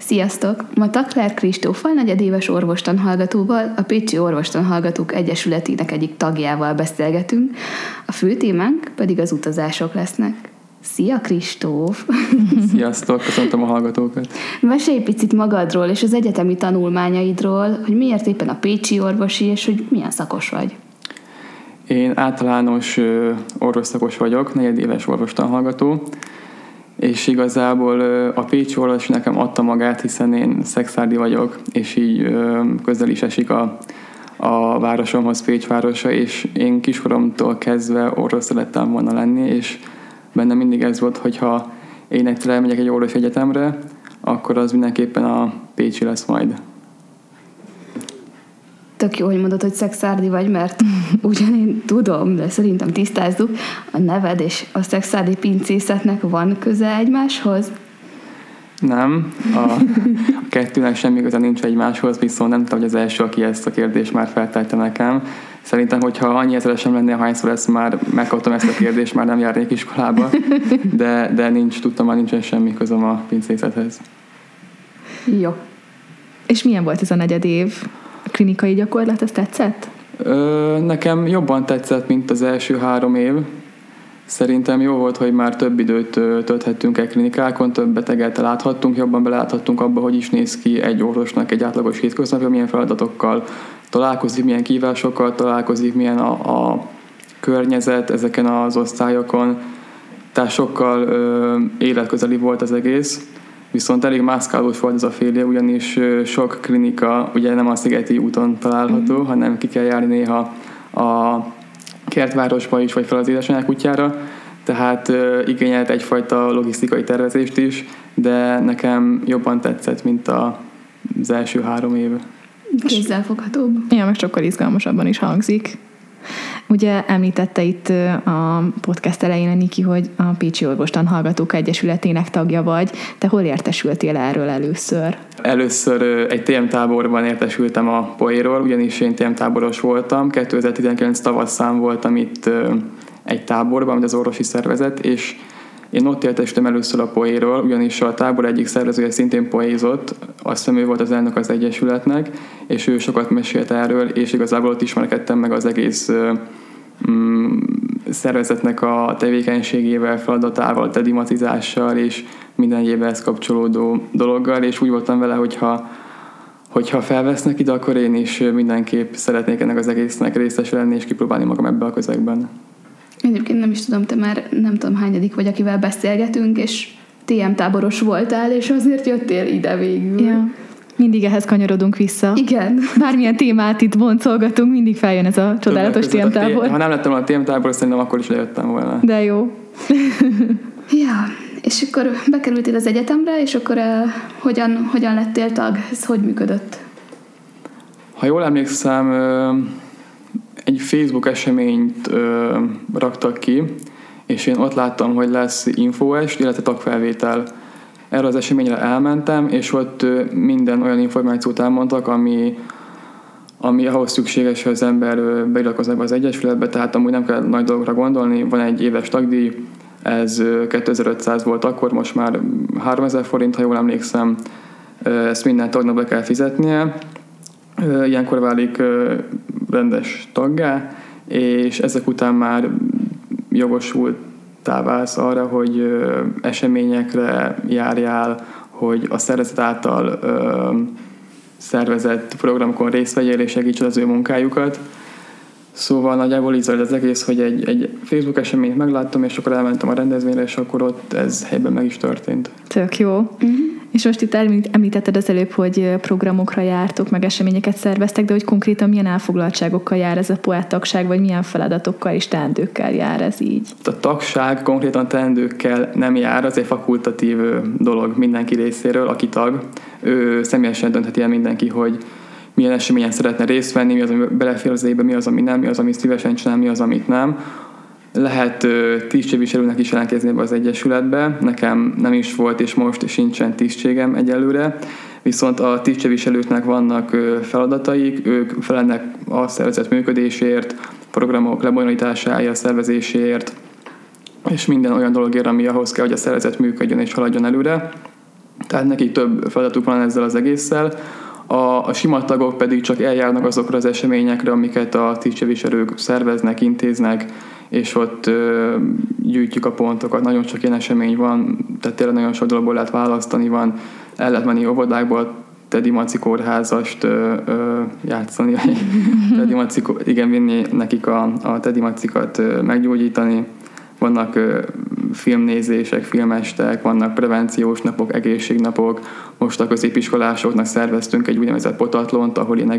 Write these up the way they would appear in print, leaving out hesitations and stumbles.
Sziasztok! Ma Takler Kristóffal, negyedéves orvostanhallgatóval, a Pécsi Orvostanhallgatók Egyesületének egyik tagjával beszélgetünk, a fő témánk pedig az utazások lesznek. Szia Kristóf! Sziasztok! Köszöntöm a hallgatókat! Mesélj picit magadról és az egyetemi tanulmányaidról, hogy miért éppen a pécsi orvosi, és hogy milyen szakos vagy. Én általános orvosszakos vagyok, negyedéves orvostanhallgató, és igazából a pécsi orvosi nekem adta magát, hiszen én szekszárdi vagyok, és így közel is esik a városomhoz, Pécs városa, és én kiskoromtól kezdve orvos szerettem volna lenni, és bennem mindig ez volt, hogyha én egyszer elmegyek egy orvosi egyetemre, akkor az mindenképpen a pécsi lesz majd. Tök jó, hogy mondod, hogy szekszárdi vagy, mert ugyan én tudom, de szerintem tisztázzuk, a neved és a szekszárdi pincészetnek van köze egymáshoz? Nem, a kettőnek semmi köze nincs egymáshoz, viszont nem tudom, hogy az első, aki ezt a kérdést már feltette nekem. Szerintem, hogyha annyi ezeresem lennél, hányszor ezt már megkaptam ezt a kérdést, már nem járnék iskolába, de tudtam, már nincsen semmi közöm a pincészethez. Jó. És milyen volt ez a negyed év? A klinikai gyakorlat, ez tetszett? Nekem jobban tetszett, mint az első 3 év. Szerintem jó volt, hogy már több időt tölthettünk el klinikákon, több beteget láthattunk, jobban beláthattunk abba, hogy is néz ki egy orvosnak egy átlagos hétköznapja, milyen feladatokkal találkozik, milyen kihívásokkal találkozik, milyen a környezet ezeken az osztályokon. Tehát sokkal életközeli volt az egész. Viszont elég mászkálós volt ez a fél év, ugyanis sok klinika ugye nem a Szigeti úton található, hanem ki kell járni néha a Kertvárosba is, vagy fel az édesanyák útjára, tehát igényelt egyfajta logisztikai tervezést is, de nekem jobban tetszett, mint az első 3 év. Kézzelfoghatóbb. Ja, meg sokkal izgalmasabban is hangzik. Ugye említette itt a podcast elején, Niki, hogy a Pécsi Orvostanhallgatók Egyesületének tagja vagy. Te hol értesültél erről először? Először egy TM-táborban értesültem a POE-ról, ugyanis én TM-táboros voltam. 2019 tavasszán voltam itt egy táborban, amit az orvosi szervezet, és én ott értesültem először a POE-ról, ugyanis a tábor egyik szervezője szintén poézott, azt hiszem ő volt az elnök az Egyesületnek, és ő sokat mesélt erről, és igazából ott ismerkedtem meg az egész szervezetnek a tevékenységével, feladatával, tedimatizással és minden egyéb ehhez kapcsolódó dologgal, és úgy voltam vele, hogyha felvesznek ide, akkor én is mindenképp szeretnék ennek az egésznek részes lenni, és kipróbálni magam ebbe a közegben. Egyébként nem is tudom, te már nem tudom hányadik vagy, akivel beszélgetünk, és TM táboros voltál, és azért jöttél ide végül. Ja. Mindig ehhez kanyarodunk vissza. Igen. Bármilyen témát itt boncolgatunk, mindig feljön ez a csodálatos TM-tábor. Ha nem lettem volna a TM-tábor, szerintem akkor is lejöttem volna. De jó. Ja, és akkor bekerültél az egyetemre, és akkor hogyan lettél tag? Ez hogy működött? Ha jól emlékszem, egy Facebook eseményt raktak ki, és én ott láttam, hogy lesz infóest, illetve tagfelvétel. Erre az eseményre elmentem, és ott minden olyan információt elmondtak, ami ahhoz szükséges, hogy az ember beiratkozik az Egyesületbe, tehát amúgy nem kell nagy dolgokra gondolni, van egy éves tagdíj, ez 2500 volt akkor, most már 3000 forint, ha jól emlékszem, ezt minden tagnak be kell fizetnie, ilyenkor válik rendes taggá, és ezek után már jogosultá válsz arra, hogy eseményekre járjál, hogy a szervezet által szervezett programokon részt vegyél és segítsd az ő munkájukat. Szóval nagyjából így zajlott az egész, hogy egy Facebook eseményt megláttam, és akkor elmentem a rendezvényre, és akkor ott ez helyben meg is történt. Tök jó. Uh-huh. És most itt említetted az előbb, hogy programokra jártok, meg eseményeket szerveztek, de hogy konkrétan milyen elfoglaltságokkal jár ez a POE tagság, vagy milyen feladatokkal és teendőkkel jár ez így? A tagság konkrétan teendőkkel nem jár, az egy fakultatív dolog mindenki részéről, aki tag. Ő személyesen döntheti el mindenki, hogy milyen eseményen szeretne részt venni, mi az, ami belefér az évbe, mi az, ami nem, mi az, ami szívesen csinál, mi az, amit nem. Lehet tisztségviselőnek is jelentkezni ebbe az Egyesületbe. Nekem nem is volt, és most sincsen tisztségem egyelőre. Viszont a tisztségviselőknek vannak feladataik, ők felelnek a szervezet működésért, programok lebonyolításáért, szervezéséért, és minden olyan dologért, ami ahhoz kell, hogy a szervezet működjön és haladjon előre. Tehát nekik több feladatuk van ezzel az egésszel. A sima tagok pedig csak eljárnak azokra az eseményekre, amiket a tisztségviselők szerveznek, intéznek, és ott gyűjtjük a pontokat. Nagyon sok ilyen esemény van, tehát tényleg nagyon sok dologból lehet választani, el lehet menni óvodákba, Teddy Maci kórházast játszani, vinni nekik a Teddy Macikat meggyógyítani. Vannak filmnézések, filmestek, vannak prevenciós napok, egészségnapok. Most a középiskolásoknak szerveztünk egy úgynevezett potatlont, ahol ilyen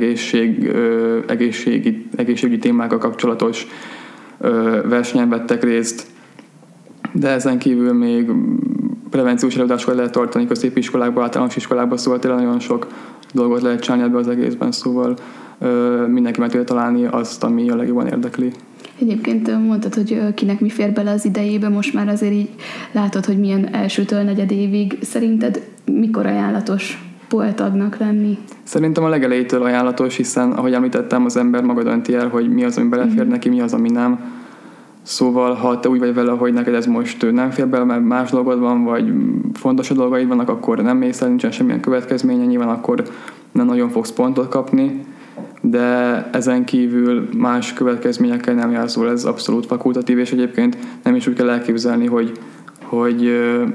egészségügyi témákkal kapcsolatos versenyen vettek részt. De ezen kívül még prevenciós előadásokat lehet tartani középiskolákban, általános iskolákban, szóval tényleg nagyon sok dolgot lehet csinálni ebbe az egészben, szóval mindenki meg tudja találni azt, ami a legjobban érdekli. Egyébként mondtad, hogy kinek mi fér bele az idejébe, most már azért így látod, hogy milyen elsőtől negyedévig. Szerinted mikor ajánlatos poltagnak lenni? Szerintem a legelejétől ajánlatos, hiszen ahogy említettem, az ember maga dönti el, hogy mi az, ami belefér neki, mi az, ami nem. Szóval, ha te úgy vagy vele, hogy neked ez most nem fér bele, mert más dolgod van, vagy fontos dolgaid vannak, akkor nem mész el, nincsen semmilyen következménye, nyilván akkor nem nagyon fogsz pontot kapni, de ezen kívül más következményekkel nem jár, szóval ez abszolút fakultatív, és egyébként nem is úgy kell elképzelni, hogy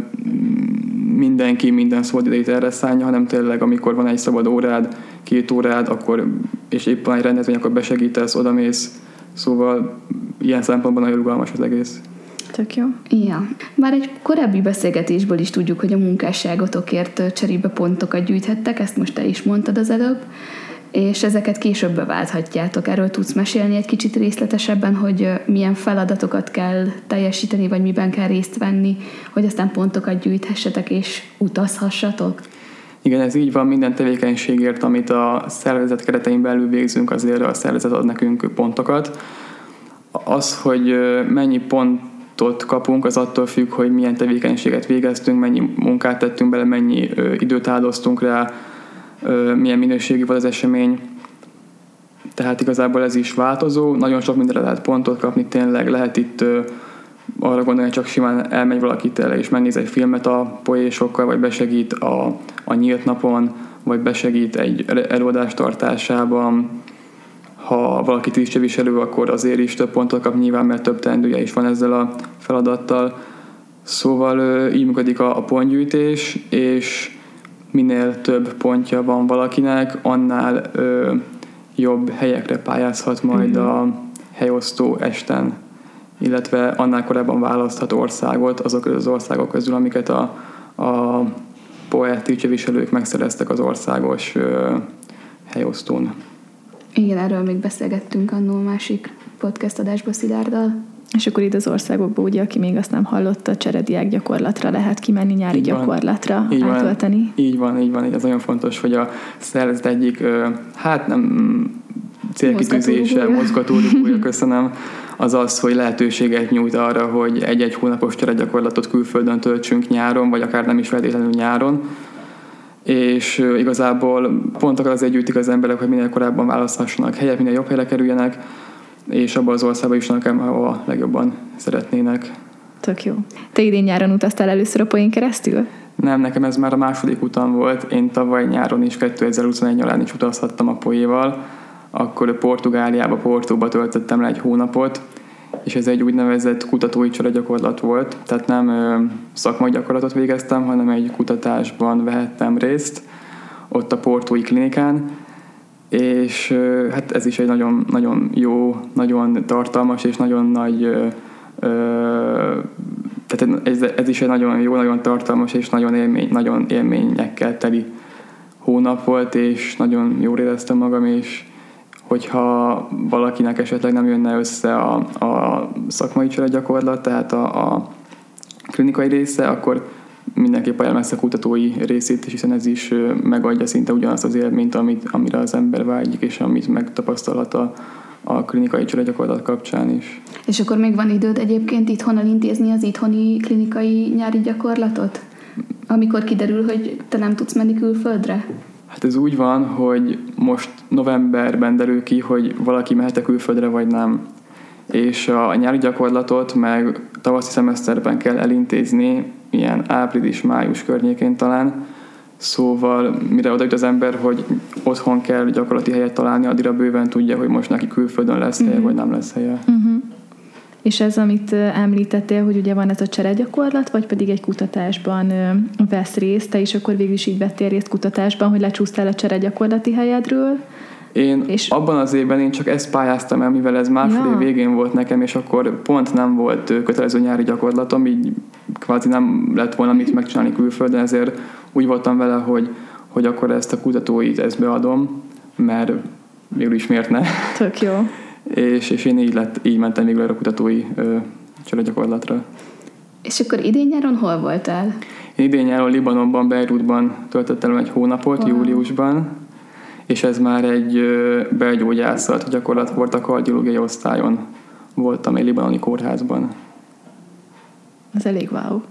mindenki minden szabad idejét erre szállja, hanem tényleg amikor van egy szabad órád, 2 órád, akkor, és éppen egy rendezvény, akkor besegítesz, odamész, szóval ilyen szempontból nagyon rugalmas az egész. Tök jó. Ja. Már egy korábbi beszélgetésből is tudjuk, hogy a munkásságotokért cserébe pontokat gyűjthettek, ezt most te is mondtad az előbb, és ezeket később beválthatjátok. Erről tudsz mesélni egy kicsit részletesebben, hogy milyen feladatokat kell teljesíteni, vagy miben kell részt venni, hogy aztán pontokat gyűjthessetek és utazhassatok? Igen, ez így van, minden tevékenységért, amit a szervezet keretein belül végzünk, azért a szervezet ad nekünk pontokat. Az, hogy mennyi pontot kapunk, az attól függ, hogy milyen tevékenységet végeztünk, mennyi munkát tettünk bele, mennyi időt áldoztunk rá, milyen minőségű volt az esemény. Tehát igazából ez is változó, nagyon sok mindenre lehet pontot kapni, tényleg lehet itt arra gondolni, hogy csak simán elmegy valaki tényleg, és megnéz egy filmet a poésokkal, vagy besegít a nyílt napon, vagy besegít egy előadás tartásában. Ha valaki tisztségviselő, akkor azért is több pontot kap nyilván, mert több teendője is van ezzel a feladattal. Szóval így működik a pontgyűjtés, és minél több pontja van valakinek, annál jobb helyekre pályázhat majd a helyosztó esten, illetve annál korábban választhat országot azok az országok közül, amiket a poet tisztségviselők megszereztek az országos helyosztón. Igen, erről még beszélgettünk annól másik podcast adásba Szilárddal. És akkor itt az országokban, ugye, aki még azt nem hallotta, cserediák gyakorlatra lehet kimenni, nyári így gyakorlatra átölteni. Így van. Ez nagyon fontos, hogy a szervezet egyik, nem célkitűzése, mozgatórugója, köszönöm, az az, hogy lehetőséget nyújt arra, hogy egy-egy hónapos cserediagyakorlatot külföldön töltsünk nyáron, vagy akár nem is feltétlenül nyáron. És igazából pontokat azért gyűjtik az emberek, hogy minél korábban választhassanak helyet, minél jobb helyre kerüljenek, és abban az országban is ahol legjobban szeretnének. Tök jó. Te idén nyáron utaztál először a Poén keresztül? Nem, nekem ez már a második utam volt. Én tavaly nyáron is, 2021 nyarán is utazhattam a Poéval. Akkor Portugáliába, Portóba töltöttem le egy hónapot, és ez egy úgynevezett kutatói cserediagyakorlat volt. Tehát nem szakmai gyakorlatot végeztem, hanem egy kutatásban vehettem részt, ott a portói klinikán, és hát ez is egy nagyon, nagyon jó, nagyon tartalmas és nagyon nagy, tehát ez is egy nagyon jó, nagyon tartalmas és nagyon élményekkel teli hónap volt, és nagyon jól éreztem magam, és hogyha valakinek esetleg nem jönne össze a szakmai cserediagyakorlat, tehát a klinikai része, akkor mindenképp ajánlom ezt a kutatói részét, hiszen ez is megadja szinte ugyanazt az élményt, amire az ember vágyik, és amit megtapasztalhat a klinikai cserediagyakorlat kapcsán is. És akkor még van időd egyébként itthon elintézni az itthoni klinikai nyári gyakorlatot? Amikor kiderül, hogy te nem tudsz menni külföldre? Hát ez úgy van, hogy most novemberben derül ki, hogy valaki mehet külföldre, vagy nem. És a nyári gyakorlatot meg tavaszi szemeszterben kell elintézni, ilyen április-május környékén talán. Szóval mire oda jut az ember, hogy otthon kell gyakorlati helyet találni, addigra bőven tudja, hogy most neki külföldön lesz helye, vagy nem lesz helye. És ez, amit említettél, hogy ugye van ez a cseregyakorlat, vagy pedig egy kutatásban vesz részt, te is akkor végül is így vettél részt kutatásban, hogy lecsúsztál a cseregyakorlati helyedről? Én abban az évben én csak ezt pályáztam el, mivel ez másfél év végén volt nekem, és akkor pont nem volt kötelező nyári gyakorlatom, így kvázi nem lett volna mit megcsinálni külföldön, ezért úgy voltam vele, hogy akkor ezt a kutatóit ezt beadom, mert végül is miért ne. Tök jó. És én így mentem végül a kutatói cseregyakorlatra. És akkor idén-nyáron hol voltál? Én idén-nyáron Libanonban, Beirutban töltöttem egy hónapot, júliusban, és ez már egy belgyógyászat gyakorlat volt, a kardiológiai osztályon voltam egy libanoni kórházban. Ez elég wow.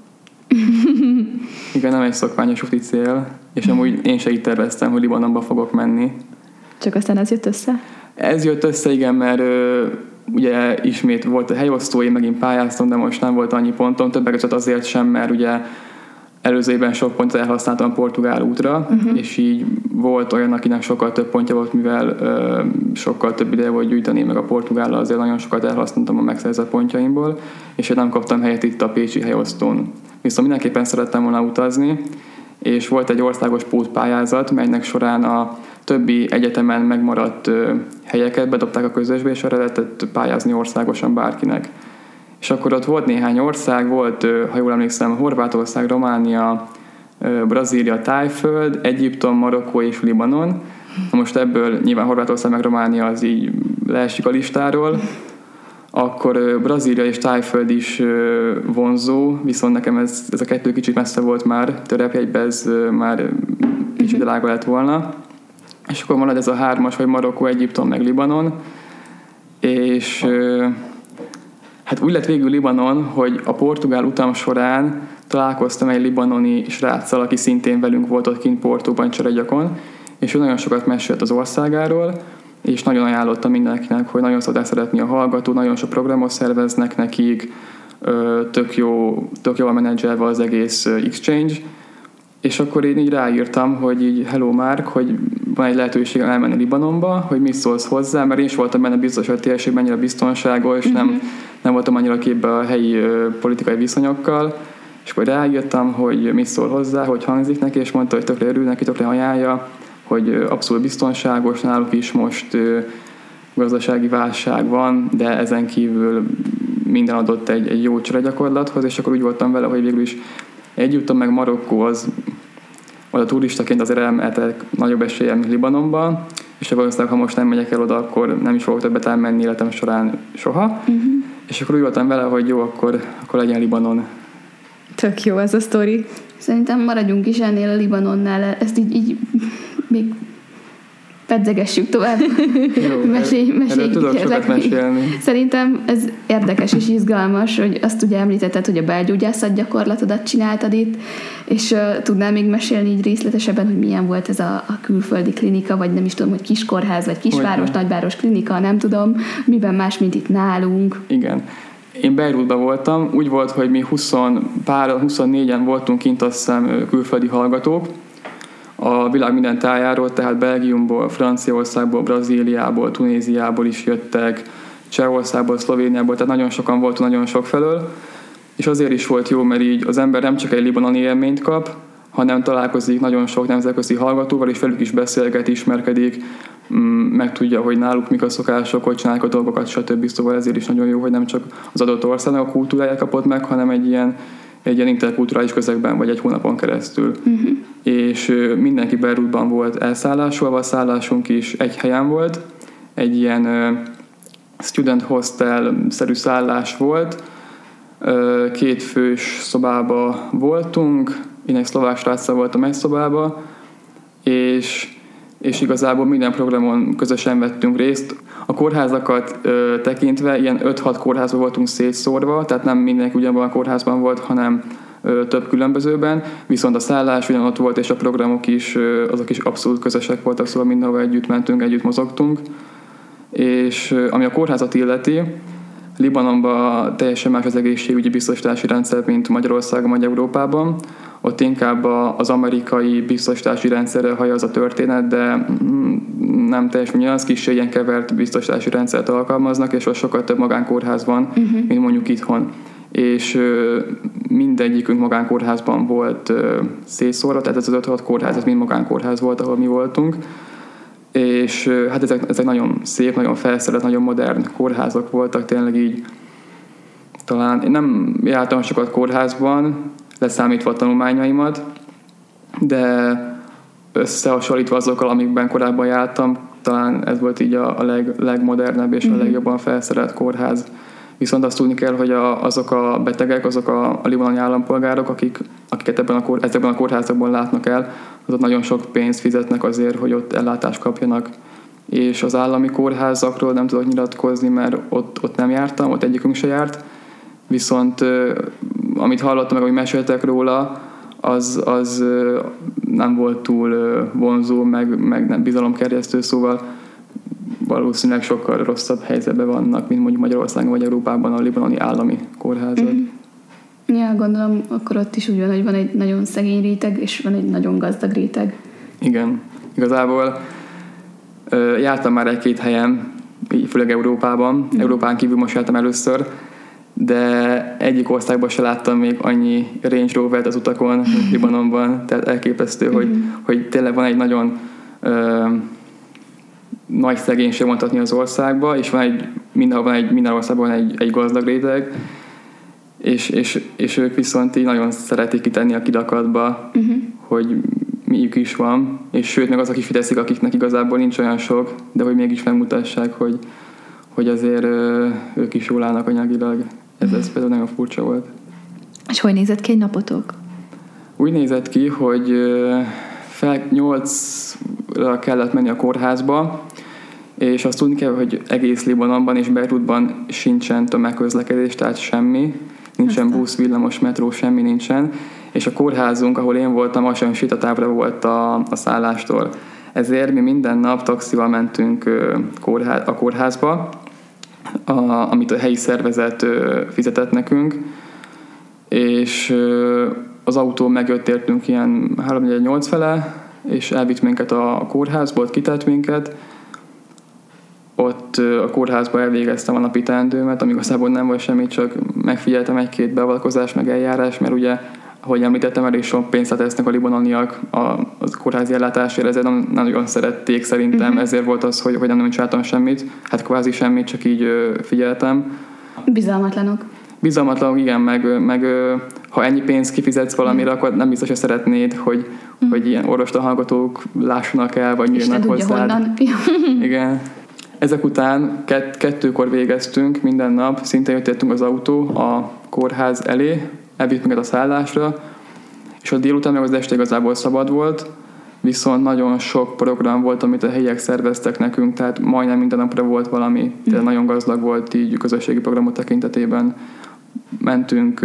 Igen, nem egy szokványos úti cél, és amúgy én se így terveztem, hogy Libanonba fogok menni. Csak aztán ez jött össze? Ez jött össze, igen, mert ugye ismét volt a helyosztó, én megint pályáztam, de most nem volt annyi pontom, többek között azért sem, mert ugye előző évben sok pontot elhasználtam Portugál útra, és így volt olyan, akinek sokkal több pontja volt, mivel sokkal több ideje volt gyűjteni, meg a Portugállal azért nagyon sokat elhasználtam a megszerzett pontjaimból, és én nem kaptam helyet itt a pécsi helyosztón. Viszont mindenképpen szerettem volna utazni, és volt egy országos pótpályázat, melynek során a többi egyetemen megmaradt helyeket bedobták a közösbe, és arra lehetett pályázni országosan bárkinek. És akkor ott volt néhány ország, volt, ha jól emlékszem, Horvátország, Románia, Brazília, Tájföld, Egyiptom, Marokkó és Libanon. Most ebből nyilván Horvátország meg Románia az így leesik a listáról. Akkor Brazília és Tájföld is vonzó, viszont nekem ez a kettő kicsit messze volt már, repjegyben ez már kicsit drága lett volna. És akkor marad ez a 3-as, hogy Marokkó, Egyiptom meg Libanon. És hát úgy lett végül Libanon, hogy a portugál utam során találkoztam egy libanoni sráccal, aki szintén velünk volt ott kint Portóban cseregyakon, és ő nagyon sokat mesélt az országáról, és nagyon ajánlottam mindenkinek, hogy nagyon szokták szeretni a hallgató, nagyon sok programot szerveznek nekik, tök jól menedzselve az egész exchange, és akkor én így ráírtam, hogy így hello Mark, hogy van egy lehetőségem elmenni Libanonba, hogy mit szólsz hozzá, mert én is voltam benne biztos, hogy a térség mennyire biztonságos, nem voltam annyira képbe a helyi politikai viszonyokkal, és akkor ráírtam, hogy mit szól hozzá, hogy hangzik neki, és mondta, hogy tökre örül neki, tökre ajánlja, hogy abszolút biztonságos, náluk is most gazdasági válság van, de ezen kívül minden adott egy jó cseregyakorlathoz, és akkor úgy voltam vele, hogy végül is Egyiptom meg Marokkó az oda turistaként azért elmehetek nagyobb eséllyel, mint Libanonba, és valószínűleg, ha most nem megyek el oda, akkor nem is fogok többet elmenni életem során soha. És akkor úgy voltam vele, hogy jó, akkor legyen Libanon. Tök jó ez a sztori. Szerintem maradjunk is ennél a Libanonnál, ezt így még pedzegessük tovább. Jó, mesélj, tudok sokat mesélni. Szerintem ez érdekes és izgalmas, hogy azt ugye említetted, hogy a belgyógyászat gyakorlatodat csináltad itt, és tudnál még mesélni így részletesebben, hogy milyen volt ez a külföldi klinika, vagy nem is tudom, hogy kiskórház, vagy kisváros, nagyváros klinika, nem tudom, miben más, mint itt nálunk. Igen. Én Beirutban voltam, úgy volt, hogy mi 24-en voltunk kint, azt hiszem, külföldi hallgatók, a világ minden tájáról, tehát Belgiumból, Franciaországból, Brazíliából, Tunéziából is jöttek, Csehországból, Szlovéniából, tehát nagyon sokan voltunk, nagyon sok felől, és azért is volt jó, mert így az ember nem csak egy libanoni élményt kap, hanem találkozik nagyon sok nemzetközi hallgatóval, és velük is beszélget, ismerkedik, megtudja, hogy náluk mik a szokások, hogy csinálják a dolgokat, stb. Szóval ezért is nagyon jó, hogy nem csak az adott országnak a kultúráját kapott meg, hanem egy ilyen interkulturális közegben, vagy egy hónapon keresztül. És mindenki Beirutban volt elszállásolva, a szállásunk is egy helyen volt, egy ilyen student hostel-szerű szállás volt, 2 fős szobába voltunk, én egy szlovák sráccal voltam egy szobába, és igazából minden programon közösen vettünk részt. A kórházakat tekintve ilyen 5-6 kórházban voltunk szétszórva, tehát nem mindenki ugyanabban a kórházban volt, hanem több különbözőben, viszont a szállás ugyanott volt, és a programok is, azok is abszolút közösek voltak, szóval mindenhova együtt mentünk, együtt mozogtunk. És ami a kórházat illeti, Libanonban teljesen más az egészségügyi biztosítási rendszer, mint Magyarországon vagy Európában. Ott inkább az amerikai biztosítási rendszerre haj az a történet, de nem teljesen ugyanaz, kis ilyen kevert biztosítási rendszert alkalmaznak, és ott sokkal több magánkórház van, mint mondjuk itthon. És mindegyikünk magánkórházban volt szétszórva, tehát ez az 5-6 kórház, ez mind magánkórház volt, ahol mi voltunk. És hát ezek nagyon szép, nagyon felszerelt, nagyon modern kórházak voltak, tényleg így talán én nem jártam sokat kórházban, leszámítva a tanulmányaimat, de összehasonlítva azokkal, amikben korábban jártam, talán ez volt így a legmodernebb és a legjobban felszerelt kórház. Viszont azt tudni kell, hogy azok a betegek, azok a libanoni állampolgárok, akiket ezekben a kórházakban látnak el, azok nagyon sok pénzt fizetnek azért, hogy ott ellátást kapjanak. És az állami kórházakról nem tudok nyilatkozni, mert ott nem jártam, ott egyikünk se járt. Viszont amit hallottam meg, hogy meséltek róla, az nem volt túl vonzó, meg nem bizalomkerjesztő, szóval valószínűleg sokkal rosszabb helyzetben vannak, mint mondjuk Magyarországon vagy Európában a libanoni állami kórházak. Ja, gondolom, akkor ott is úgy van, hogy van egy nagyon szegény réteg, és van egy nagyon gazdag réteg. Igen. Igazából jártam már egy-két helyen, főleg Európában. Európán kívül most jártam először, de egyik országban se láttam még annyi Range Rovert az utakon, Libanonban. Tehát elképesztő, hogy tényleg van egy nagyon nagy szegénység mondhatni az országban, és minden országban van egy gazdag réteg, és ők viszont így nagyon szeretik kitenni a kidakatba, hogy miük is van, és sőt, meg azok is fiteszik, akiknek igazából nincs olyan sok, de hogy mégis megmutassák, hogy azért ők is jól állnak anyagilag. Ez például nagyon furcsa volt. És hogy nézett ki egy napotok? Úgy nézett ki, hogy 8-ra kellett menni a kórházba, és azt tudni kell, hogy egész Libanonban és Beirutban sincsen tömegközlekedés, tehát semmi. Nincsen busz, villamos, metró, semmi nincsen. És a kórházunk, ahol én voltam, az sem sétatávra volt a szállástól. Ezért mi minden nap taxival mentünk a kórházba, amit a helyi szervezet fizetett nekünk, és az autó mögött értünk ilyen 3-4-8 fele, és elvitt minket a kórházba, ott kitett minket. Ott a kórházba elvégeztem a napi teendőmet, ami igazából nem volt semmi, csak megfigyeltem egy-két beavatkozás, meg eljárás, mert ugye, ahogy említettem, elég sok pénzt tesznek a libanoniak a kórházi ellátásért, ezért nem nagyon szerették szerintem, ezért volt az, hogy nem csináltam semmit, hát kvázi semmit, csak így figyeltem. Bizalmatlanok. Bizalmatlanok, igen, meg ha ennyi pénzt kifizetsz valamire, akkor nem biztos, hogy szeretnéd, hogy ilyen orvostan hallgatók lássanak el, vagy nyílnak hozzád. Igen. Ezek után 2-kor végeztünk minden nap, szintén jöttünk az autó a kórház elé, elvitt minket a szállásra, és a délután meg az este igazából szabad volt, viszont nagyon sok program volt, amit a helyiek szerveztek nekünk, tehát majdnem minden napra volt valami, tehát nagyon gazdag volt így közösségi programok tekintetében. Mentünk,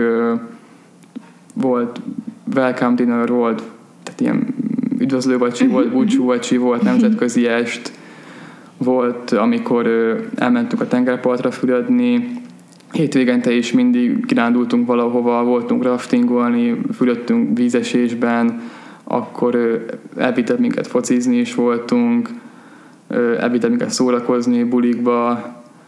volt welcome dinner, volt, tehát ilyen üdvözlővacsi volt, búcsúvacsi volt, nemzetközi est, volt, amikor elmentünk a tengerpartra fürödni, hétvégente is mindig kirándultunk valahova, voltunk raftingolni, fürödtünk vízesésben, akkor elvittett minket focizni is voltunk, elvittett minket szórakozni bulikba,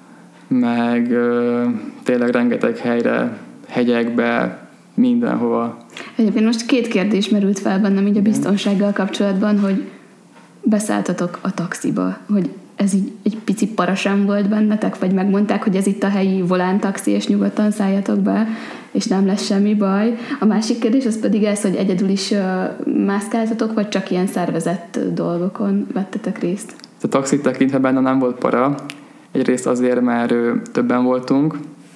meg tényleg rengeteg helyre, hegyekbe, mindenhova. Egyébként most 2 kérdés merült fel bennem így a biztonsággal kapcsolatban, hogy beszálltatok a taxiba, hogy ez így egy pici para sem volt bennetek, vagy megmondták, hogy ez itt a helyi volántaxi, és nyugodtan szálljatok be, és nem lesz semmi baj. A másik kérdés az pedig ez, hogy egyedül is mászkáltatok, vagy csak ilyen szervezett dolgokon vettetek részt? A taxit tekintve benne nem volt para. Egyrészt azért, mert többen voltunk.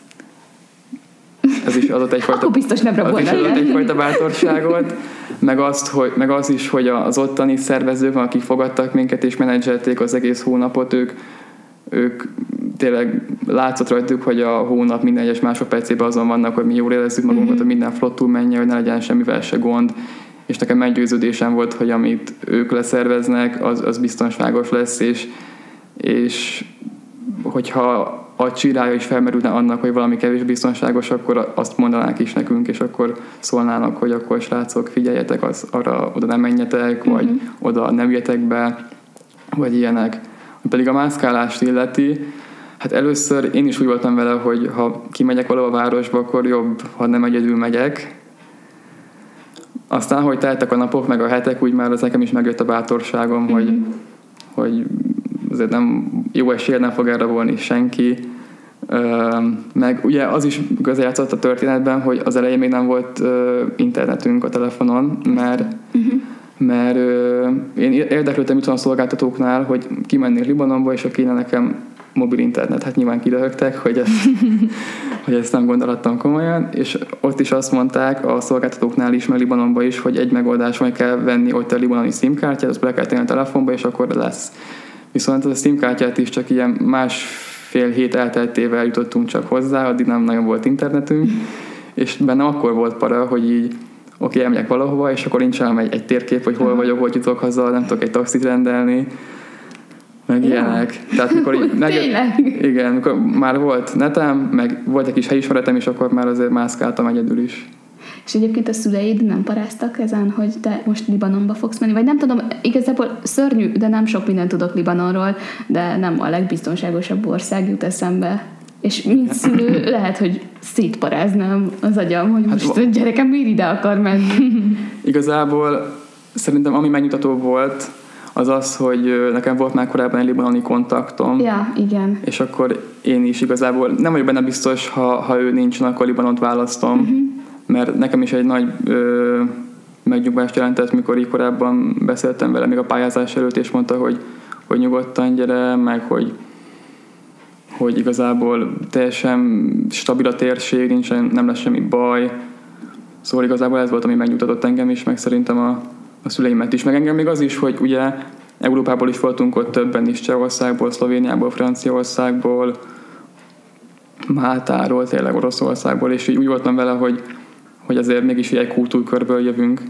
Ez is adott egyfajta, akkor biztos nem adott egyfajta bátorságot. Meg az is, hogy az ottani szervezők, akik fogadtak minket és menedzselték az egész hónapot, ők tényleg látszott rajtuk, hogy a hónap minden egyes másodpercében azon vannak, hogy mi jól érezzük magunkat, hogy minden flottul menjen, hogy ne legyen semmivel se gond. És nekem meggyőződésem volt, hogy amit ők leszerveznek, az biztonságos lesz, és hogyha a csirája is felmerülne annak, hogy valami kevés biztonságos, akkor azt mondanák is nekünk, és akkor szólnának, hogy akkor srácok, figyeljetek, arra oda nem menjetek, vagy oda nem üljetek be, vagy ilyenek. Pedig a mászkálást illeti, hát először én is úgy voltam vele, hogy ha kimegyek valahol a városba, akkor jobb, ha nem egyedül megyek. Aztán, hogy teltek a napok, meg a hetek, úgy már az nekem is megjött a bátorságom, hogy azért nem jó esélye nem fog erre volni senki. Meg ugye az is közrejátszott a történetben, hogy az elején még nem volt internetünk a telefonon, mert én érdeklődtem itt a szolgáltatóknál, hogy kimennék Libanonba, és kéne nekem mobil internet. Hát nyilván kiröhögtek, hogy ezt nem gondolhattam komolyan, és ott is azt mondták a szolgáltatóknál is, meg Libanonba is, hogy egy megoldás, hogy kell venni ott a libanoni SIM-kártyát, azt be kell tenni a telefonba, és akkor lesz. Viszont a SIM-kártyát is csak ilyen másfél hét elteltével jutottunk csak hozzá, addig nem nagyon volt internetünk, és bennem akkor volt para, hogy így oké, elmegyek valahova, és akkor nincs egy térkép, hogy hol vagyok, hogy jutok haza, nem tudok egy taxit rendelni, meg ilyenek. Tehát mikor igen, mikor már volt netem, meg volt egy kis helyismeretem, és akkor már azért mászkáltam egyedül is. És egyébként a szüleid nem paráztak ezen, hogy te most Libanonba fogsz menni? Vagy nem tudom, igazából szörnyű, de nem sok mindent tudok Libanonról, de nem a legbiztonságosabb ország jut eszembe. És mint szülő lehet, hogy szétparáznám az agyam, hogy most a gyerekem miért ide akar menni. Igazából szerintem ami megnyugtató volt, az az, hogy nekem volt már korábban egy libanoni kontaktom. Ja, igen. És akkor én is igazából nem vagyok benne biztos, ha ő nincs, akkor Libanont választom. Mert nekem is egy nagy megnyugvást jelentett, mikor így korábban beszéltem vele még a pályázás előtt, és mondta, hogy nyugodtan gyere, meg hogy igazából teljesen stabil a térség, nem lesz semmi baj. Szóval igazából ez volt, ami megnyugtatott engem is, meg szerintem a szüleimet is. Meg engem még az is, hogy ugye Európából is voltunk ott többen is, Csehországból, Szlovéniából, Franciaországból, Máltáról, tényleg Oroszországból, és így úgy voltam vele, hogy azért mégis egy kultúrkörből jövünk,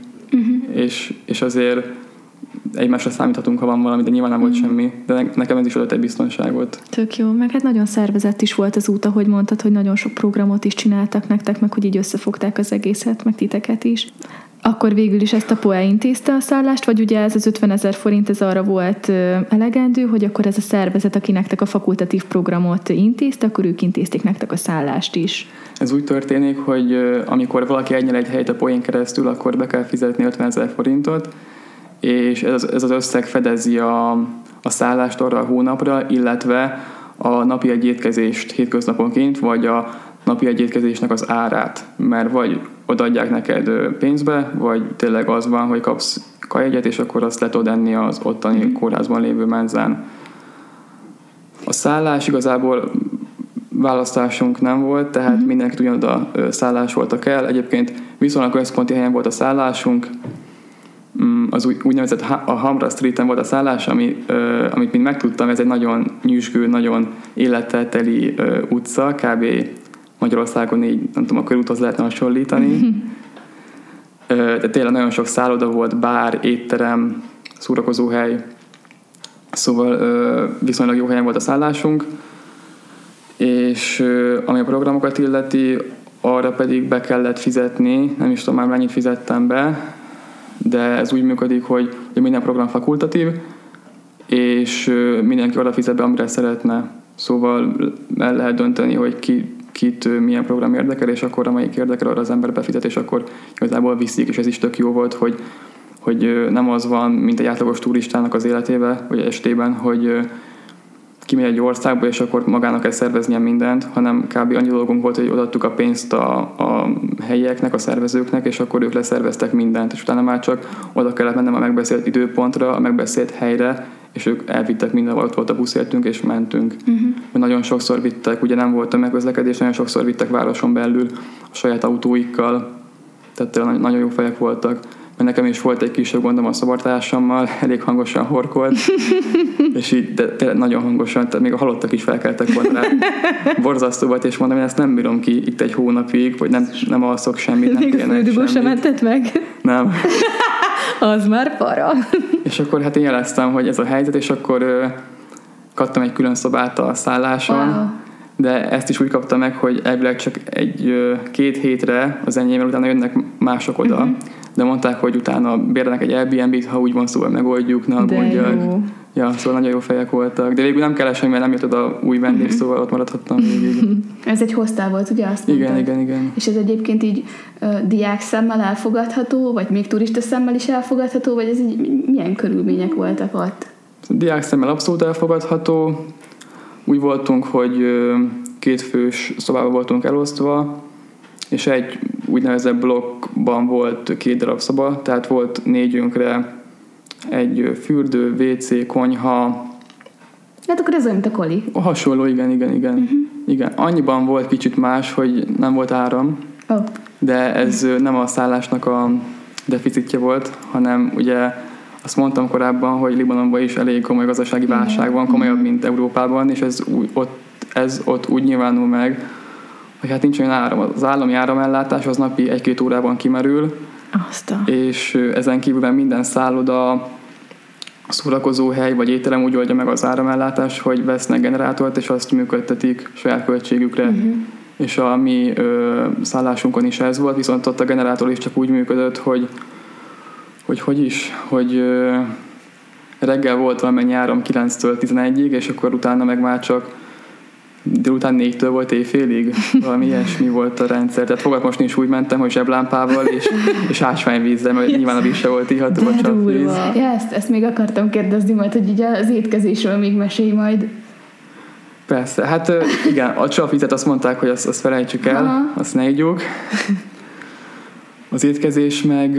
és azért egymásra számíthatunk, ha van valami, de nyilván nem volt semmi, de nekem ez is adott egy biztonságot. Tök jó, meg hát nagyon szervezett is volt az út, ahogy mondtad, hogy nagyon sok programot is csináltak nektek, meg hogy így összefogták az egészet, meg titeket is. Akkor végül is ezt a POE intézte a szállást, vagy ugye ez az 50 000 forint, ez arra volt elegendő, hogy akkor ez a szervezet, aki nektek a fakultatív programot intézte, akkor ők intézték nektek a szállást is. Ez úgy történik, hogy amikor valaki elnyer egy helyet a POE-n keresztül, akkor be kell fizetni 50 000 forintot, és ez az összeg fedezi a szállást arra a hónapra, illetve a napi egy étkezést hétköznaponként, vagy a napi egy étkezésnek az árát, mert vagy odaadják neked pénzbe, vagy tényleg az van, hogy kapsz kajegyet, és akkor azt le tudod enni az ottani kórházban lévő menzán. A szállás igazából választásunk nem volt, tehát mindenki ugyanoda szállásoltak el. Egyébként viszonylag központi helyen volt a szállásunk, az úgynevezett a Hamra Streeten volt a szállás, amit mind megtudtam, ez egy nagyon nyüzsgő, nagyon élettel teli utca, kb. Magyarországon így, nem tudom, a körúthoz lehetne hasonlítani. De tényleg nagyon sok szálloda volt, bár, étterem, szórakozóhely. Szóval viszonylag jó helyen volt a szállásunk, és ami a programokat illeti, arra pedig be kellett fizetni, nem is tudom már mennyit fizettem be, de ez úgy működik, hogy minden program fakultatív, és mindenki arra fizet be, amire szeretne. Szóval el lehet dönteni, hogy kit milyen program érdekel, és akkor amelyik érdekel, arra az ember befizet, és akkor igazából viszik, és ez is tök jó volt, hogy nem az van, mint egy átlagos turistának az életében, vagy estében, hogy kimegy egy országba, és akkor magának kell szerveznie mindent, hanem kb. Annyi dolgunk volt, hogy odaadtuk a pénzt a helyieknek, a szervezőknek, és akkor ők leszerveztek mindent, és utána már csak oda kellett mennem a megbeszélt időpontra, a megbeszélt helyre, és ők elvittek mindenhol, ott volt a buszértünk, és mentünk. Nagyon sokszor vittek, ugye nem volt tömegközlekedés, nagyon sokszor vittek városon belül a saját autóikkal, tehát nagyon jó fejek voltak. Mert nekem is volt egy kisebb gondom a szobortársammal, elég hangosan horkolt, és így, de tényleg nagyon hangosan, tehát még a halottak is felkeltek volna rá. Borzasztó volt, és mondom, én ezt nem bírom ki itt egy hónapig, hogy nem alszok semmit, nem pihenek semmit. Még a fürdőből sem mented meg? Nem. Az már para. És akkor hát én jeleztem, hogy ez a helyzet, és akkor kaptam egy külön szobát a szálláson, de ezt is úgy kapta meg, hogy elvileg csak két hétre az enyémmel, utána jönnek mások oda, de mondták, hogy utána bérlenek egy Airbnb-t, ha úgy van, szóval megoldjuk, ne aggódjak. Ja, szóval nagyon jó fejek voltak. De végül nem kellett semmi, mert nem jött oda új vendég, szóval ott maradhattam végig. Ez egy hostel volt, ugye? Azt mondtad? Igen. És ez egyébként így diák szemmel elfogadható, vagy még turista szemmel is elfogadható, vagy ez így milyen körülmények voltak ott? Diák szemmel abszolút elfogadható. Úgy voltunk, hogy 2 fős szobában voltunk elosztva, és egy úgynevezett blokkban volt 2 darab szoba, tehát volt 4-ünkre egy fürdő, WC, konyha. Hát akkor ez olyan, mint a koli. Hasonló, igen. Igen. Annyiban volt kicsit más, hogy nem volt áram, de ez nem a szállásnak a deficitje volt, hanem ugye azt mondtam korábban, hogy Libanonban is elég komoly gazdasági válság van, komolyabb, mint Európában, és ez ott úgy nyilvánul meg, hogy hát nincs olyan áram. Az állami áramellátás az napi 1-2 órában kimerül, és ezen kívül minden szálloda, szórakozóhely vagy étterem úgy oldja meg az áramellátást, hogy vesznek generátort, és azt működtetik saját költségükre. És a mi szállásunkon is ez volt, viszont ott a generátor is csak úgy működött, hogy reggel volt valamennyi áram 9-től 11-ig, és akkor utána meg már csak délután 4-től volt éjfélig, valami ilyesmi volt a rendszer. Tehát fogatmosni is úgy mentem, hogy zseblámpával és ásványvízzel, mert nyilván a víz se volt iható, a csapvíz. Ja, ezt még akartam kérdezni majd, hogy így az étkezésről még mesélj majd. Persze, hát igen, a csapvizet azt mondták, hogy azt felejtsük el, azt ne ígyjuk. Az étkezés meg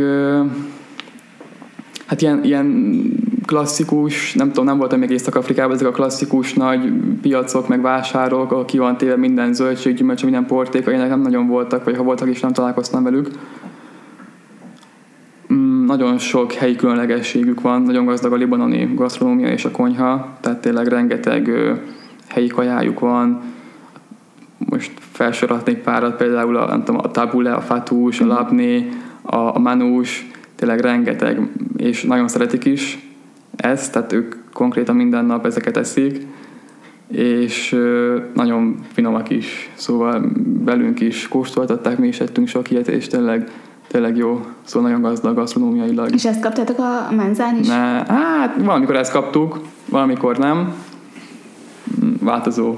hát ilyen klasszikus, nem tudom, nem voltam még Észak-Afrikában, ezek a klasszikus nagy piacok, meg vásárok, ahol ki van téve minden zöldség, gyümölcs, minden portéka, ilyenek nem nagyon voltak, vagy ha voltak is, nem találkoztam velük. Nagyon sok helyi különlegességük van, nagyon gazdag a libanoni gasztronómia és a konyha, tehát tényleg rengeteg helyi kajájuk van. Most felsorolhatnék párat, például a tabule, a fatús, a labné, a manús, tényleg rengeteg, és nagyon szeretik is ezt, tehát ők konkrétan minden nap ezeket eszik, és nagyon finomak is, szóval velünk is kóstoltatták, mi is ettünk sok ilyet, és tényleg jó, szóval nagyon gazdag gasztronómiailag. És ezt kaptátok a menzán is? Hát valamikor ezt kaptuk, valamikor nem. Változó.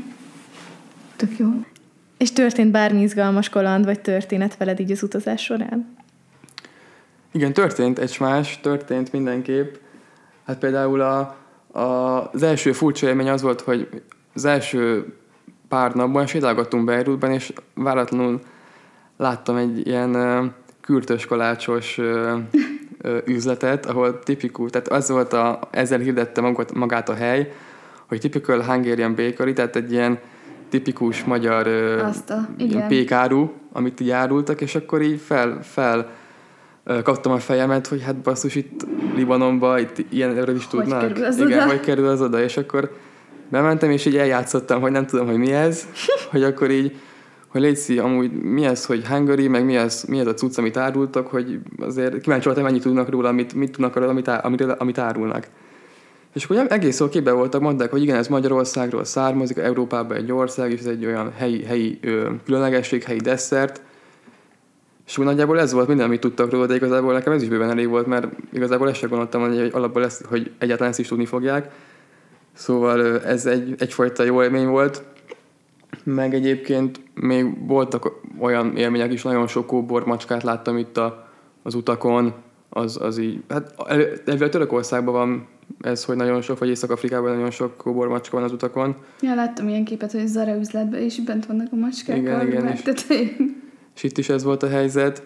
Tök jó. És történt bármi izgalmas kaland, vagy történet veled így az utazás során? Igen, történt mindenképp. Hát például az első furcsa élmény az volt, hogy az első pár napban sétálgattunk Beirutban, és váratlanul láttam egy ilyen kürtös kalácsos üzletet, ahol tipikus, tehát az volt ezzel hirdette magát a hely, hogy typical Hungarian bakery, tehát egy ilyen tipikus magyar pékáru, amit így árultak, és akkor így fel kaptam a fejemet, hogy hát basszus, itt Libanonban, itt ilyenről is tudnak. Hogy kerül az oda, és akkor bementem, és így eljátszottam, hogy nem tudom, hogy mi ez, hogy akkor így, hogy létszi, amúgy mi ez, hogy Hungary, meg mi ez a cucc, amit árultak, hogy azért kíváncsi voltam, mennyit tudnak róla, mit tudnak róla, amit árulnak. És akkor egész jól képben voltak, mondták, hogy igen, ez Magyarországról származik, Európában egy ország, és ez egy olyan helyi különlegesség, helyi desszert. És úgy nagyjából ez volt minden, amit tudtak róla, de igazából nekem ez is bőven elég volt, mert igazából ezt sem gondoltam, hogy alapból hogy egyáltalán ezt is tudni fogják. Szóval ez egyfajta jó élmény volt. Meg egyébként még voltak olyan élmények is, nagyon sok kóbormacskát láttam itt az utakon, az így, hát elvileg Törökországban van ez, hogy nagyon sok, vagy Észak-Afrikában nagyon sok kóbormacska van az utakon. Ja, láttam ilyen képet, hogy Zara üzletben is bent vannak a macskák. Igen, és itt is ez volt a helyzet.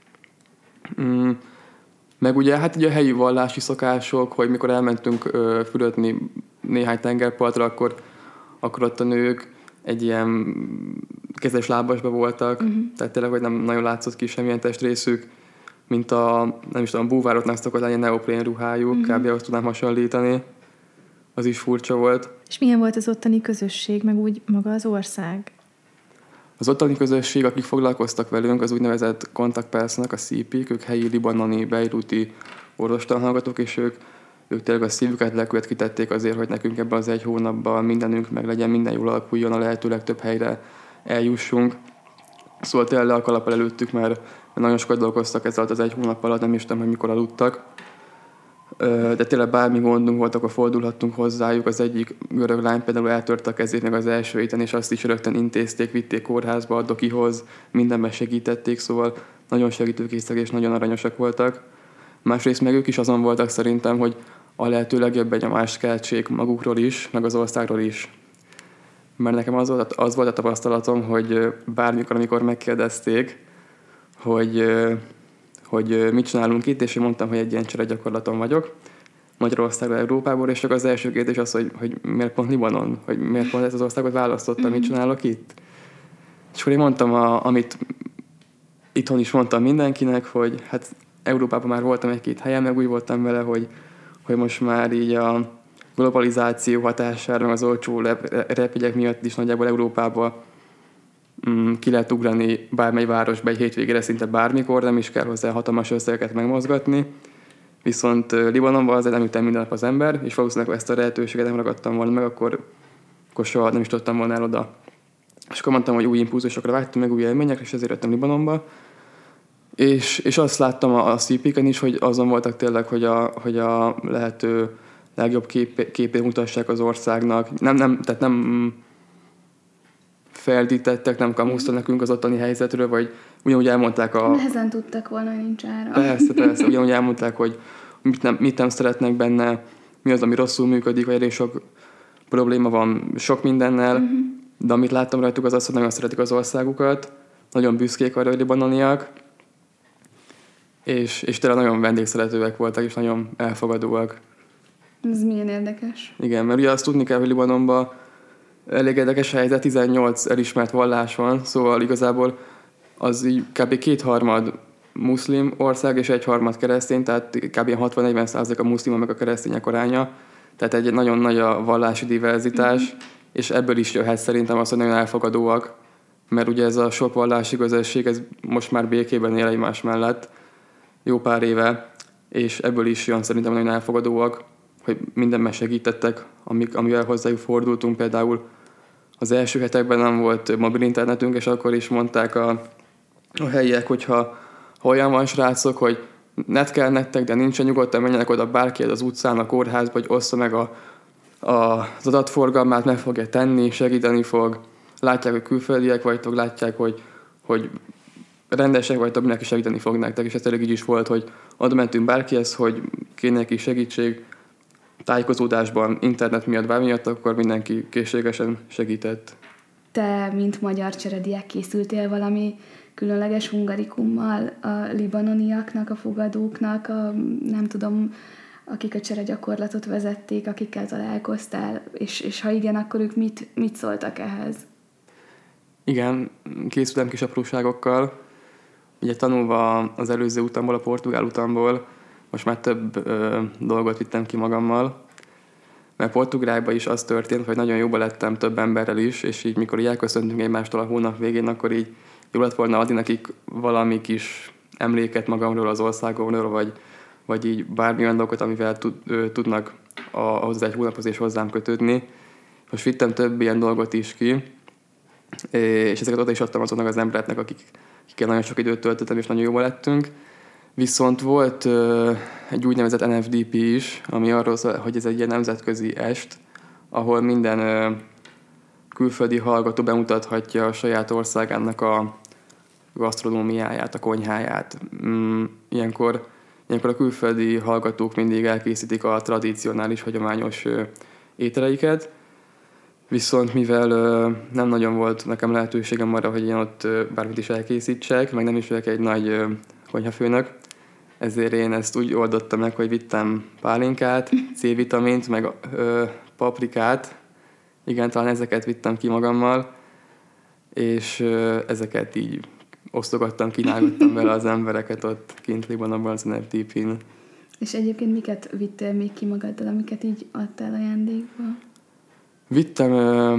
Meg ugye, hát ugye a helyi vallási szokások, hogy mikor elmentünk fürödni néhány tengerpartra, akkor ott a nők egy ilyen kezes lábasban voltak, tehát tényleg, hogy nem nagyon látszott ki semmilyen testrészük, mint nem is tudom, a búvároknak szokott lenni a neoprén ruhájuk, kb. Azt tudnám hasonlítani. Az is furcsa volt. És milyen volt az ottani közösség, meg úgy maga az ország? Az ottani közösség, akik foglalkoztak velünk, az úgynevezett contact person-nak, a CP-k, ők helyi libanoni, beiruti orvostanhallgatók, és ők ők tényleg a szívüket, lelküket kitették azért, hogy nekünk ebben az egy hónapban mindenünk meg legyen, minden jól alakuljon, a lehető legtöbb helyre eljussunk. Szóval tényleg le a kalappal előttük, mert nagyon sokat dolgoztak ezzel az egy hónap alatt, nem is tudom, hogy mikor aludtak. De tényleg bármi gondunk volt, akkor fordulhattunk hozzájuk. Az egyik görög lány például eltört a kezét meg az első héten, és azt is rögtön intézték, vitték kórházba, a dokihoz, mindenben segítették, szóval nagyon segítőkészek és nagyon aranyosak voltak. Másrészt meg ők is azon voltak szerintem, hogy a lehető legjobb benyomást keltsék magukról is, meg az országról is. Mert nekem az volt a tapasztalatom, hogy bármikor, amikor megkérdezték, hogy mit csinálunk itt, és én mondtam, hogy egy ilyen cseregyakorlaton vagyok Magyarországról, Európából, és csak az első kérdés az, hogy miért pont Libanon, hogy miért pont ezt az országot választottam, mit csinálok itt. És akkor én mondtam, amit itthon is mondtam mindenkinek, hogy hát Európában már voltam egy-két helyen, meg úgy voltam vele, hogy most már így a globalizáció hatására, meg az olcsó repjegyek miatt is nagyjából Európába ki lehet ugrani bármely városba egy hétvégére szinte bármikor, nem is kell hozzá hatalmas összegeket megmozgatni. Viszont Libanonban azért nem jutott minden nap az ember, és valószínűleg ezt a lehetőséget nem ragadtam volna meg, akkor soha nem is tudtam volna el oda. És akkor mondtam, hogy új impulzusokra vágytam, meg új élményekre, és ezért jöttem Libanonba. És azt láttam a CP-ken is, hogy azon voltak tényleg, hogy a lehető legjobb képét mutassák az országnak. Tehát nem feldítettek, nem kamuszta nekünk az ottani helyzetről, vagy ugyanúgy elmondták Nehezen tudtak volna, hogy nincs ára. Persze, ugyanúgy elmondták, hogy mit nem szeretnek benne, mi az, ami rosszul működik, vagy elég sok probléma van sok mindennel, de amit láttam rajtuk az, hogy nagyon szeretik az országukat, nagyon büszkék arra, hogy libanoniak, és tényleg nagyon vendégszeretőek voltak, és nagyon elfogadóak. Ez milyen érdekes. Igen, mert ugye azt tudni kell, hogy Libanonban elég érdekes helyzet, 18 elismert vallás van, szóval igazából az így kb. 2/3 muszlim ország és 1/3 keresztény, tehát kb. 60-40% a muszlimok meg a keresztények aránya, tehát egy nagyon nagy a vallási diverzitás, és ebből is jöhet szerintem az, hogy nagyon elfogadóak, mert ugye ez a sok vallási közösség, ez most már békében él egymás mellett jó pár éve, és ebből is jön szerintem nagyon elfogadóak, hogy mindenben segítettek, amivel hozzájuk fordultunk. Például az első hetekben nem volt mobil internetünk, és akkor is mondták a helyiek, hogyha olyan van, srácok, hogy net kell nektek, de nincsen, nyugodtan menjenek oda bárki az utcán, a kórházba, hogy ossza meg az adatforgalmát, meg fogja tenni, segíteni fog. Látják, hogy külföldiek vagytok, látják, hogy rendesek vagytok, mindenki segíteni fog nektek, és ez tényleg így is volt, hogy oda mentünk bárkihez, hogy kéne neki segítség, tájékozódásban, internet miatt, bármi miatt, akkor mindenki készségesen segített. Te, mint magyar cserediák készültél valami különleges hungarikummal a libanoniaknak, a fogadóknak, nem tudom, akik a cseregyakorlatot vezették, akikkel találkoztál, és ha igen, akkor ők mit szóltak ehhez? Igen, készültem kis apróságokkal. Ugye tanulva az előző utamból, a portugál utamból, most már több dolgot vittem ki magammal, mert Portugálban is az történt, hogy nagyon jóba lettem több emberrel is, és így mikor így elköszöntünk egymástól a hónap végén, akkor így jó lett volna adni nekik valami kis emléket magamról, az országomról, vagy így bármilyen dolgot, amivel tudnak ahhoz egy hónaphoz és hozzám kötődni. Most vittem több ilyen dolgot is ki, és ezeket oda is adtam azoknak az embereknek, akikkel nagyon sok időt töltöttem, és nagyon jóba lettünk. Viszont volt egy úgynevezett NFDP is, ami arról szól, hogy ez egy ilyen nemzetközi est, ahol minden külföldi hallgató bemutathatja a saját országának a gasztronómiáját, a konyháját. Ilyenkor a külföldi hallgatók mindig elkészítik a tradicionális, hagyományos ételeiket, viszont mivel nem nagyon volt nekem lehetőségem arra, hogy én ott bármit is elkészítsek, meg nem is vagyok egy nagy konyhafőnök, ezért én ezt úgy oldottam meg, hogy vittem pálinkát, C-vitamint, meg paprikát. Igen, talán ezeket vittem ki magammal, és ezeket így osztogattam, kínálgattam vele az embereket ott kint Libanonban az NFDP-n. És egyébként miket vittél még ki magaddal, amiket így adtál ajándékba? Vittem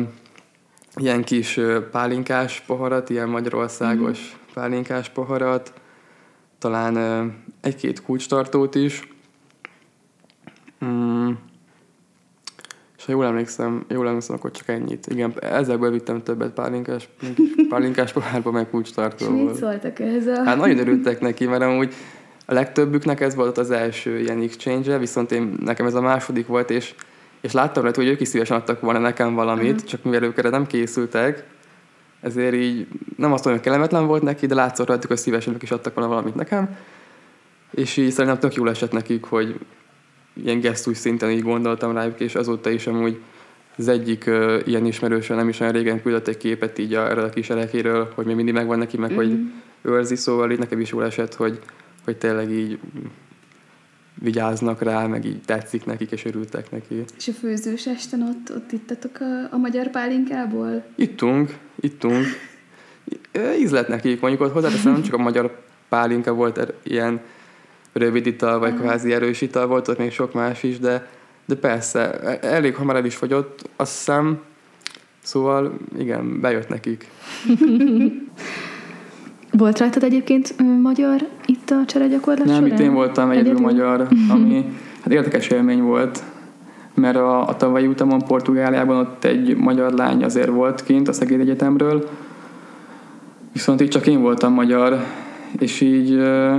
ilyen kis pálinkás poharat, ilyen magyarországos pálinkás poharat, talán egy-két kulcstartót is, És ha jól emlékszem, akkor csak ennyit. Igen, ezekből vittem többet pálinkás pohárba, meg kulcstartóból. Mit szóltak ehhez a... Hát nagyon örültek neki, mert amúgy a legtöbbüknek ez volt az első ilyen exchange-e, viszont nekem ez a második volt, és láttam rajta, hogy ők is szívesen adtak volna nekem valamit, csak mivel ők erre nem készültek, ezért így nem azt mondom, hogy kellemetlen volt neki, de látszott rajtuk, hogy szívesen ők is adtak volna valamit nekem. És így szerintem tök jól esett nekik, hogy ilyen gesztus szinten így gondoltam rájuk, és azóta is amúgy az egyik ilyen ismerősön nem is olyan régen küldött egy képet így erről a kis erekéről, hogy még mindig megvan neki, meg hogy őrzi, szóval így nekem is jól esett, hogy tényleg így vigyáznak rá, meg így tetszik nekik, és örültek neki. És a főzős esten ott ittatok a magyar pálinkából? Ittunk. Íz lett nekik, mondjuk ott hozzáteszem, nem csak a magyar pálinka volt ilyen rövid ital, vagy kvázi erős ital, volt ott még sok más is, de persze, elég hamar el is fogyott, azt hiszem, szóval igen, bejött nekik. Volt rajtad egyébként magyar itt a cseregyakorlat során? Nem, itt én voltam egyedül magyar, ami hát érdekes élmény volt, mert a tavalyi utamon Portugáliában ott egy magyar lány azért volt kint a Szeged Egyetemről, viszont itt csak én voltam magyar, és így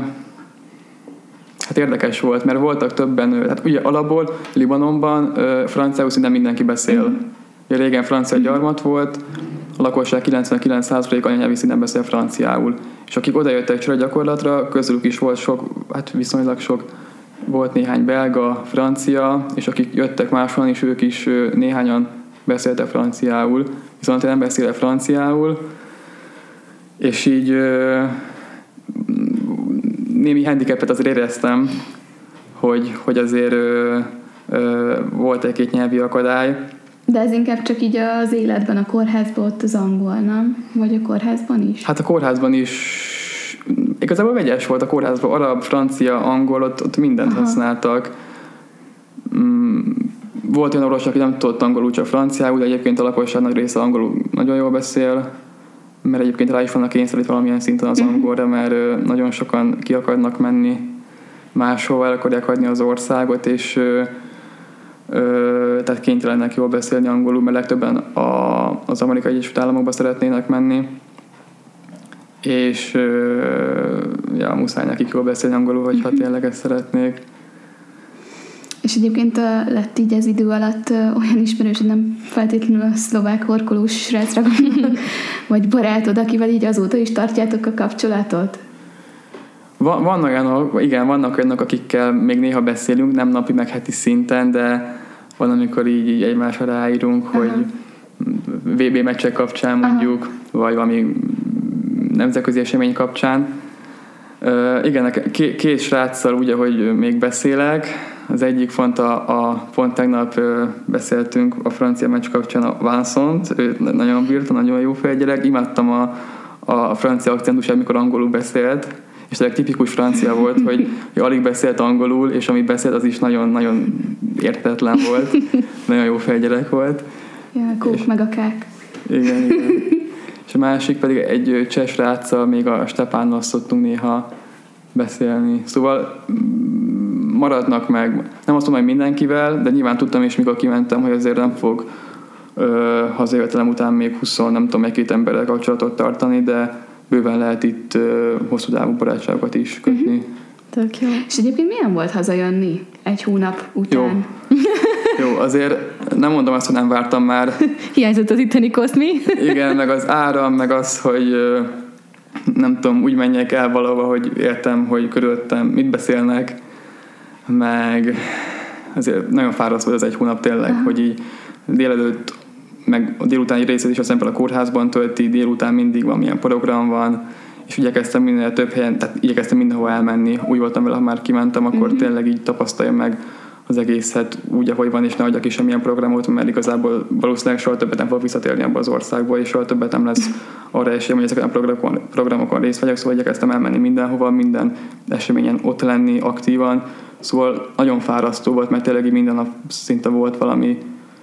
hát érdekes volt, mert voltak többen, hát ugye alapból Libanonban franciául szinte mindenki beszél. Ugye régen francia gyarmat volt, a lakosság 99% anyanyelvi szinten beszél franciául. És akik odajöttek cseregyakorlatra, közülük is volt sok, hát viszonylag sok, volt néhány belga, francia, és akik jöttek máshol is, ők is néhányan beszéltek franciául, viszont én nem beszélek franciául, és így némi handicapet azért éreztem, hogy azért volt egy-két nyelvi akadály. De ez inkább csak így az életben, a kórházban ott az angol, nem? Vagy a kórházban is? Hát a kórházban is igazából vegyes volt a kórházban, arab, francia, angol, ott mindent használtak. Volt olyan orvos, aki nem tudott angolul, csak franciául, de egyébként a lakosság nagy része angolul nagyon jól beszél, mert egyébként rá is vannak kényszerít valamilyen szinten az angolra, mert nagyon sokan ki akarnak menni máshova, el akarják hagyni az országot, és tehát kénytelenek jól beszélni angolul, mert legtöbben az Amerikai Egyesült Államokba szeretnének menni, és muszáj nekik jól beszélni angolul, hogyha tényleg ezt szeretnék. És egyébként lett így az idő alatt olyan ismerős, hogy nem feltétlenül a szlovák horkolós srácra gondolok, vagy barátod, akivel így azóta is tartjátok a kapcsolatot? Vannak olyanok, akikkel még néha beszélünk, nem napi, meg heti szinten, de van, amikor így egymásra ráírunk, hogy VB meccsek kapcsán mondjuk, vagy valami nemzetközi esemény kapcsán. Igen, két sráccal úgy, ahogy még beszélek. Az egyik pont tegnap beszéltünk a francia meccs kapcsán a Vincent, ő nagyon bírta, nagyon jó fejgyerek. Imádtam a francia akcentusát, amikor angolul beszélt, és tényleg tipikus francia volt, hogy alig beszélt angolul, és amit beszélt, az is nagyon-nagyon érthetetlen volt. Nagyon jó fejgyerek volt. Ja, kók meg a kák. Igen. És a másik pedig egy cseh sráccal, még a Stepánnal szoktunk néha beszélni. Szóval maradnak meg, nem azt mondom, hogy mindenkivel, de nyilván tudtam is, mikor kimentem, hogy azért nem fog hazajövetelem után még 20, nem tudom, egy-két emberrel kapcsolatot tartani, de bőven lehet itt hosszú távú barátságokat is kötni. Tök jó. És egyébként milyen volt hazajönni egy hónap után? Jó, azért nem mondom azt, hogy nem vártam már. Hiányzott az itteni kosztmi. Igen, meg az áram, meg az, hogy nem tudom, úgy menjek el valahova, hogy értem, hogy körülöttem mit beszélnek, meg azért nagyon fáradt volt az egy hónap tényleg, hogy így délelőtt, meg a délutáni részét is az ember a kórházban tölti, délután mindig valamilyen program van, és igyekeztem minél több helyen, tehát igyekeztem mindenhova elmenni. Úgy voltam vele, ha már kimentem, akkor tényleg így tapasztaljam meg az egészet úgy, ahogy van, és ne adjak is semmilyen programot, mert igazából valószínűleg soha többet nem fog visszatérni abba az országba, és soha többet nem lesz arra esélyem, hogy ezeken a programokon részt vegyek, szóval igyekeztem elmenni mindenhova, minden eseményen ott lenni aktívan. Szóval nagyon fárasztó volt, mert tényleg minden nap szinte volt valami.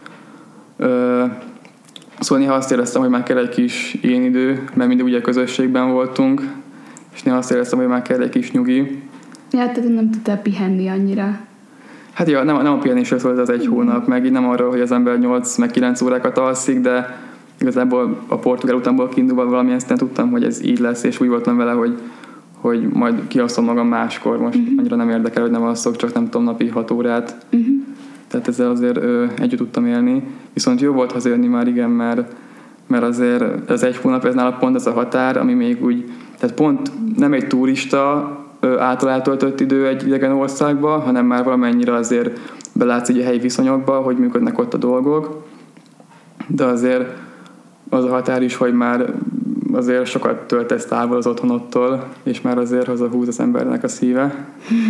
Szóval néha azt éreztem, hogy már kell egy kis én idő, mert mindig ugye közösségben voltunk, és néha azt éreztem, hogy már kell egy kis nyugi. Ja, tehát nem tudtál pihenni annyira. Hát ja, nem a pihenésről szólt az egy hónap, meg így nem arról, hogy az ember 8 meg 9 órákat alszik, de igazából a portugál utánból kiindulva valamilyen szinten tudtam, hogy ez így lesz, és úgy voltam vele, hogy majd kiasztom magam máskor, most annyira nem érdekel, hogy nem alszok, csak nem tudom napi 6 órát. Tehát ezzel azért együtt tudtam élni. Viszont jó volt hazajönni már, igen, mert azért az egy hónap, ez nála pont ez a határ, ami még úgy, tehát pont nem egy turista által eltöltött idő egy idegen országba, hanem már valamennyire azért belátsz így a helyi viszonyokba, hogy működnek ott a dolgok. De azért az a határ is, hogy már azért sokat töltesz távol az otthonottól, és már azért hazahúz az embernek a szíve.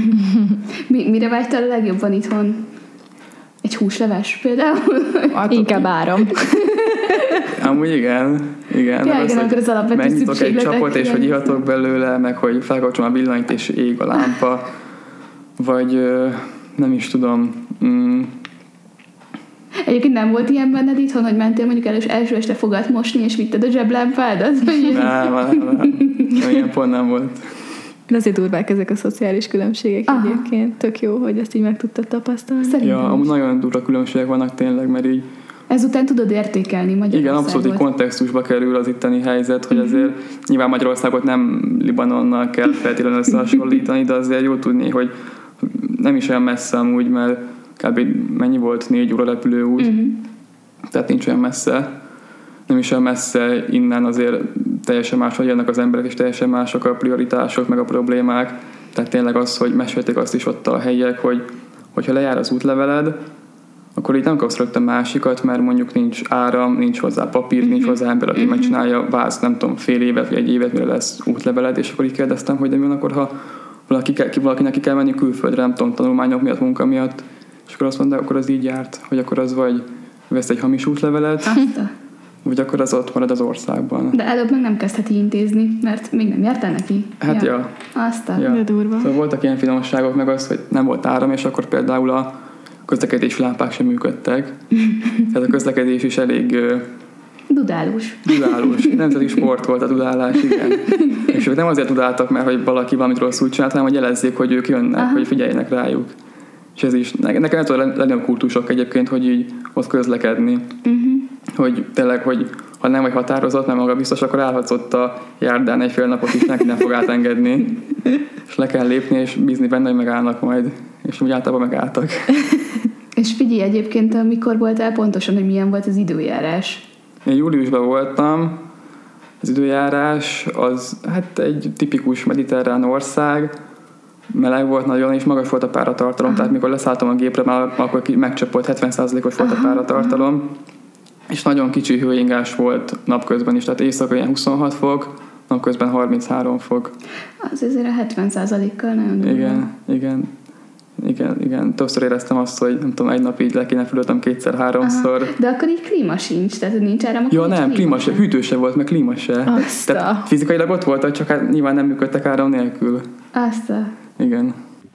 Mire vágytál a legjobban itthon? Egy húsleves például? Hát, inkább áram. Amúgy igen. Ja, igen, akkor az alapvető megnyitok egy csapot, és hogy ihatok belőle, meg hogy felkapcsolom a villanyt, és ég a lámpa. Vagy nem is tudom. Egyébként nem volt ilyen benned itthon, hogy mentél mondjuk első este fogad mosni, és vitted a zseblámpádat? Nem. Ilyen pont nem volt. De azért durvák ezek a szociális különbségek egyébként. Tök jó, hogy ezt így meg tudtad tapasztalni. Ja, amúgy nagyon durva különbségek vannak tényleg, mert így ezután tudod értékelni Magyarországot. Igen, abszolút egy kontextusba kerül az itteni helyzet, hogy azért nyilván Magyarországot nem Libanonnal kell feltétlenül összehasonlítani, de azért jó tudni, hogy nem is olyan messze amúgy, mert kb. Mennyi volt? 4 óra repülőút. Tehát nincs olyan messze. Nem is olyan messze innen azért teljesen máshogy jönnek az emberek, és teljesen mások a prioritások, meg a problémák. Tehát tényleg az, hogy mesélték azt is ott a helyiek, hogyha lejár az útleveled, akkor így nem kapsz rögtön másikat, mert mondjuk nincs áram, nincs hozzá papír, nincs hozzá ember, aki megcsinálja, vársz nem tudom, fél évet vagy egy évet, mire lesz útleveled, és akkor így kérdeztem, hogy de mi van akkor, ha valakinek ki kell menni külföldre, nem tudom, tanulmányok miatt, munka miatt, és akkor azt mondta, akkor az így járt, hogy akkor az vagy vesz egy hamis útlevelet, vagy akkor az ott marad az országban. De előbb meg nem kezdheti intézni, mert még nem jártál neki. Hát ja. Aztán. Ja. De durva. Szóval voltak ilyen finomosságok, meg az, hogy nem volt áram, és akkor például a közlekedési lámpák sem működtek. Tehát a közlekedés is elég dudálós. Nemzeti sport volt a dudálás, igen. És ők nem azért dudáltak, mert hogy valaki valamit rosszul csinált, hanem hogy jelezzék, hogy ők jönnek, hogy figyeljenek rájuk. És ez is, nekem nem tud lenni a kultusok egyébként, hogy így ott közlekedni. Hogy tényleg, hogy ha nem vagy határozott, nem maga biztos, akkor állhatsz ott a járdán egy fél napot is, neki nem fog átengedni. És le kell lépni, és bízni benne, hogy megállnak majd. És úgy általában megálltak. És figyelj egyébként, mikor voltál pontosan, hogy milyen volt az időjárás? Én júliusban voltam. Az időjárás az hát egy tipikus mediterrán ország. Meleg volt nagyon, és magas volt a páratartalom. Tehát mikor leszálltam a gépre, már akkor megcsapott, 70%-os volt a páratartalom. És nagyon kicsi hőingás volt napközben is, tehát éjszaka ilyen 26 fok, napközben 33 fok. Az azért a 70%-kal nagyon durva. Igen. Többször éreztem azt, hogy nem tudom, egy nap így le kéne fülöltem 2-3-szor. De akkor így klíma sincs, tehát nincs áram. Ja, nem, klíma se, hűtő se volt, meg klíma se. Tehát fizikailag ott voltak, csak hát nyilván nem működtek áram nélkül. Igen.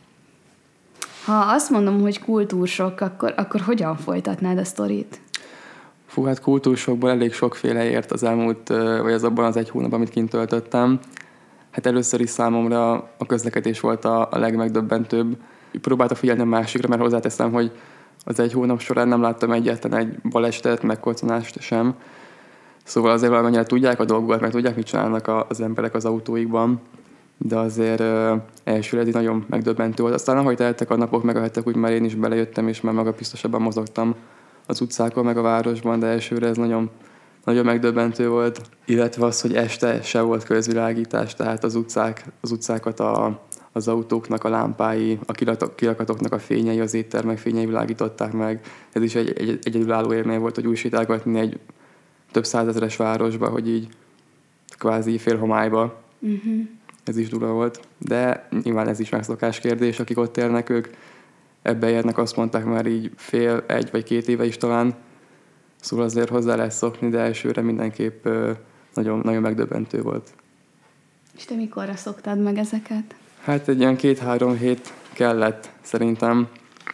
Ha azt mondom, hogy kultúrsok, akkor hogyan folytatnád a sztorit? Fú, hát kultúrsokból elég sokféle ért az elmúlt, vagy az abban az egy hónapban, amit kint töltöttem. Hát először is számomra a közlekedés volt a legmegdöbbentőbb. Próbáltam figyelni a másikra, mert hozzáteszem, hogy az egy hónap során nem láttam egyáltalán egy balesetet, meg koccanást sem. Szóval azért valamennyire tudják a dolgokat, meg tudják, mit csinálnak az emberek az autóikban. De azért elsőre ez nagyon megdöbbentő volt. Aztán ahogy teltek a napok, meg a hetek, úgy már én is belejöttem, és már magabiztosabban mozogtam az utcákon, meg a városban, de elsőre ez nagyon, nagyon megdöbbentő volt. Illetve az, hogy este se volt közvilágítás, tehát az utcákat az autóknak a lámpái, a kirakatoknak a fényei, az éttermek fényei világították meg. Ez is egy egyedülálló élmény volt, hogy úgy sétálgatni egy több százezeres városba, hogy így kvázi félhomályba. Ez is durva volt. De nyilván ez is megszokás kérdés, akik ott élnek, ők ebbe érnek, azt mondták már így fél, 1 vagy 2 éve is talán. Szóval azért hozzá lehet szokni, de elsőre mindenképp nagyon, nagyon megdöbbentő volt. És te mikorra szoktad meg ezeket? Hát egy ilyen 2-3 hét kellett szerintem.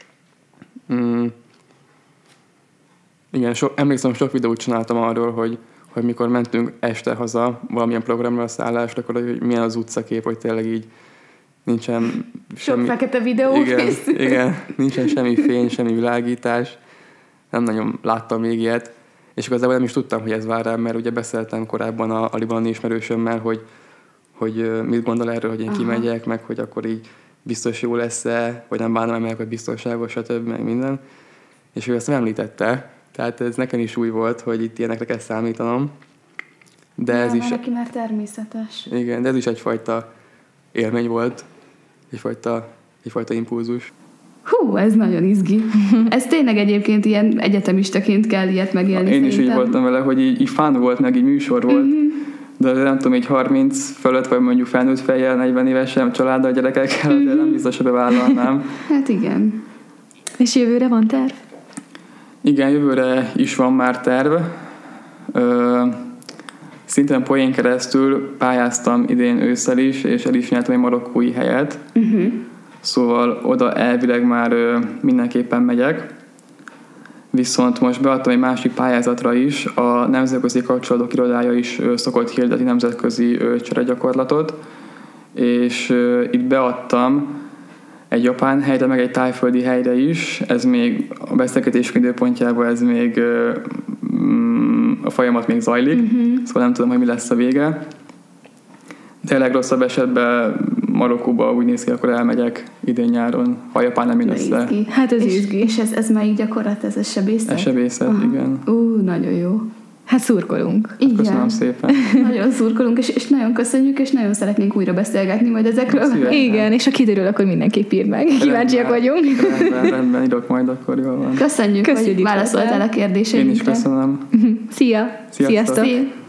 Igen, emlékszem, sok videót csináltam arról, hogy mikor mentünk este haza valamilyen programra a szállásra, akkor hogy milyen az utcakép, hogy tényleg így nincsen Sok semmi... fekete videó készül. Igen, nincsen semmi fény, semmi világítás. Nem nagyon láttam még ilyet. És igazából nem is tudtam, hogy ez vár rám, mert ugye beszéltem korábban a libanoni ismerősömmel, hogy mit gondol erről, hogy én kimegyek, meg hogy akkor így biztos jó lesz-e, vagy nem bánom meg, hogy biztonságos, stb. Meg minden. És ő ezt nem említette. Tehát ez nekem is új volt, hogy itt ilyenekre kell számítanom. De ez is... neki már természetes. Igen, de ez is egyfajta élmény volt. Egyfajta impulzus. Hú, ez nagyon izgi. Ez tényleg egyébként ilyen egyetemistaként kell ilyet megélni. Én is szerintem. így voltam vele, hogy így fán volt, meg így műsor volt. De nem tudom, így 30 fölött, vagy mondjuk felnőtt fejjel, 40 évesen, családdal, gyerekekkel, de nem biztos, hogy bevállalnám. Hát igen. És jövőre van terv? Igen, jövőre is van már terv. Szintén poén keresztül pályáztam idén ősszel is, és el is nyertem egy marokkói helyet. Szóval oda elvileg már mindenképpen megyek. Viszont most beadtam egy másik pályázatra is, a Nemzetközi Kapcsolatok Irodája is szokott hirdetni nemzetközi cseregyakorlatot, és itt beadtam egy japán helyre, meg egy tájföldi helyre is. Ez még a beszélgetés időpontjában ez még a folyamat még zajlik, szóval nem tudom, hogy mi lesz a vége. De legrosszabb esetben Marokkóba úgy néz ki, akkor elmegyek idén nyáron, ha Japán nem jön össze. Hát ez izgi. És ez melyik gyakorlat? Ez a sebészet? Ez sebészet, igen. Nagyon jó. Hát szurkolunk. Igen. Köszönöm szépen. Nagyon szurkolunk, és nagyon köszönjük, és nagyon szeretnénk újra beszélgetni majd ezekről. Szívesen. Igen, és ha kiderül, akkor mindenképp írd meg. Kíváncsiak vagyunk. Rendben, írok majd, akkor jól van. Köszönjük, hogy válaszoltál a kérdéseinkre. Én is köszönöm. Szia! Sziasztok. Sziasztok!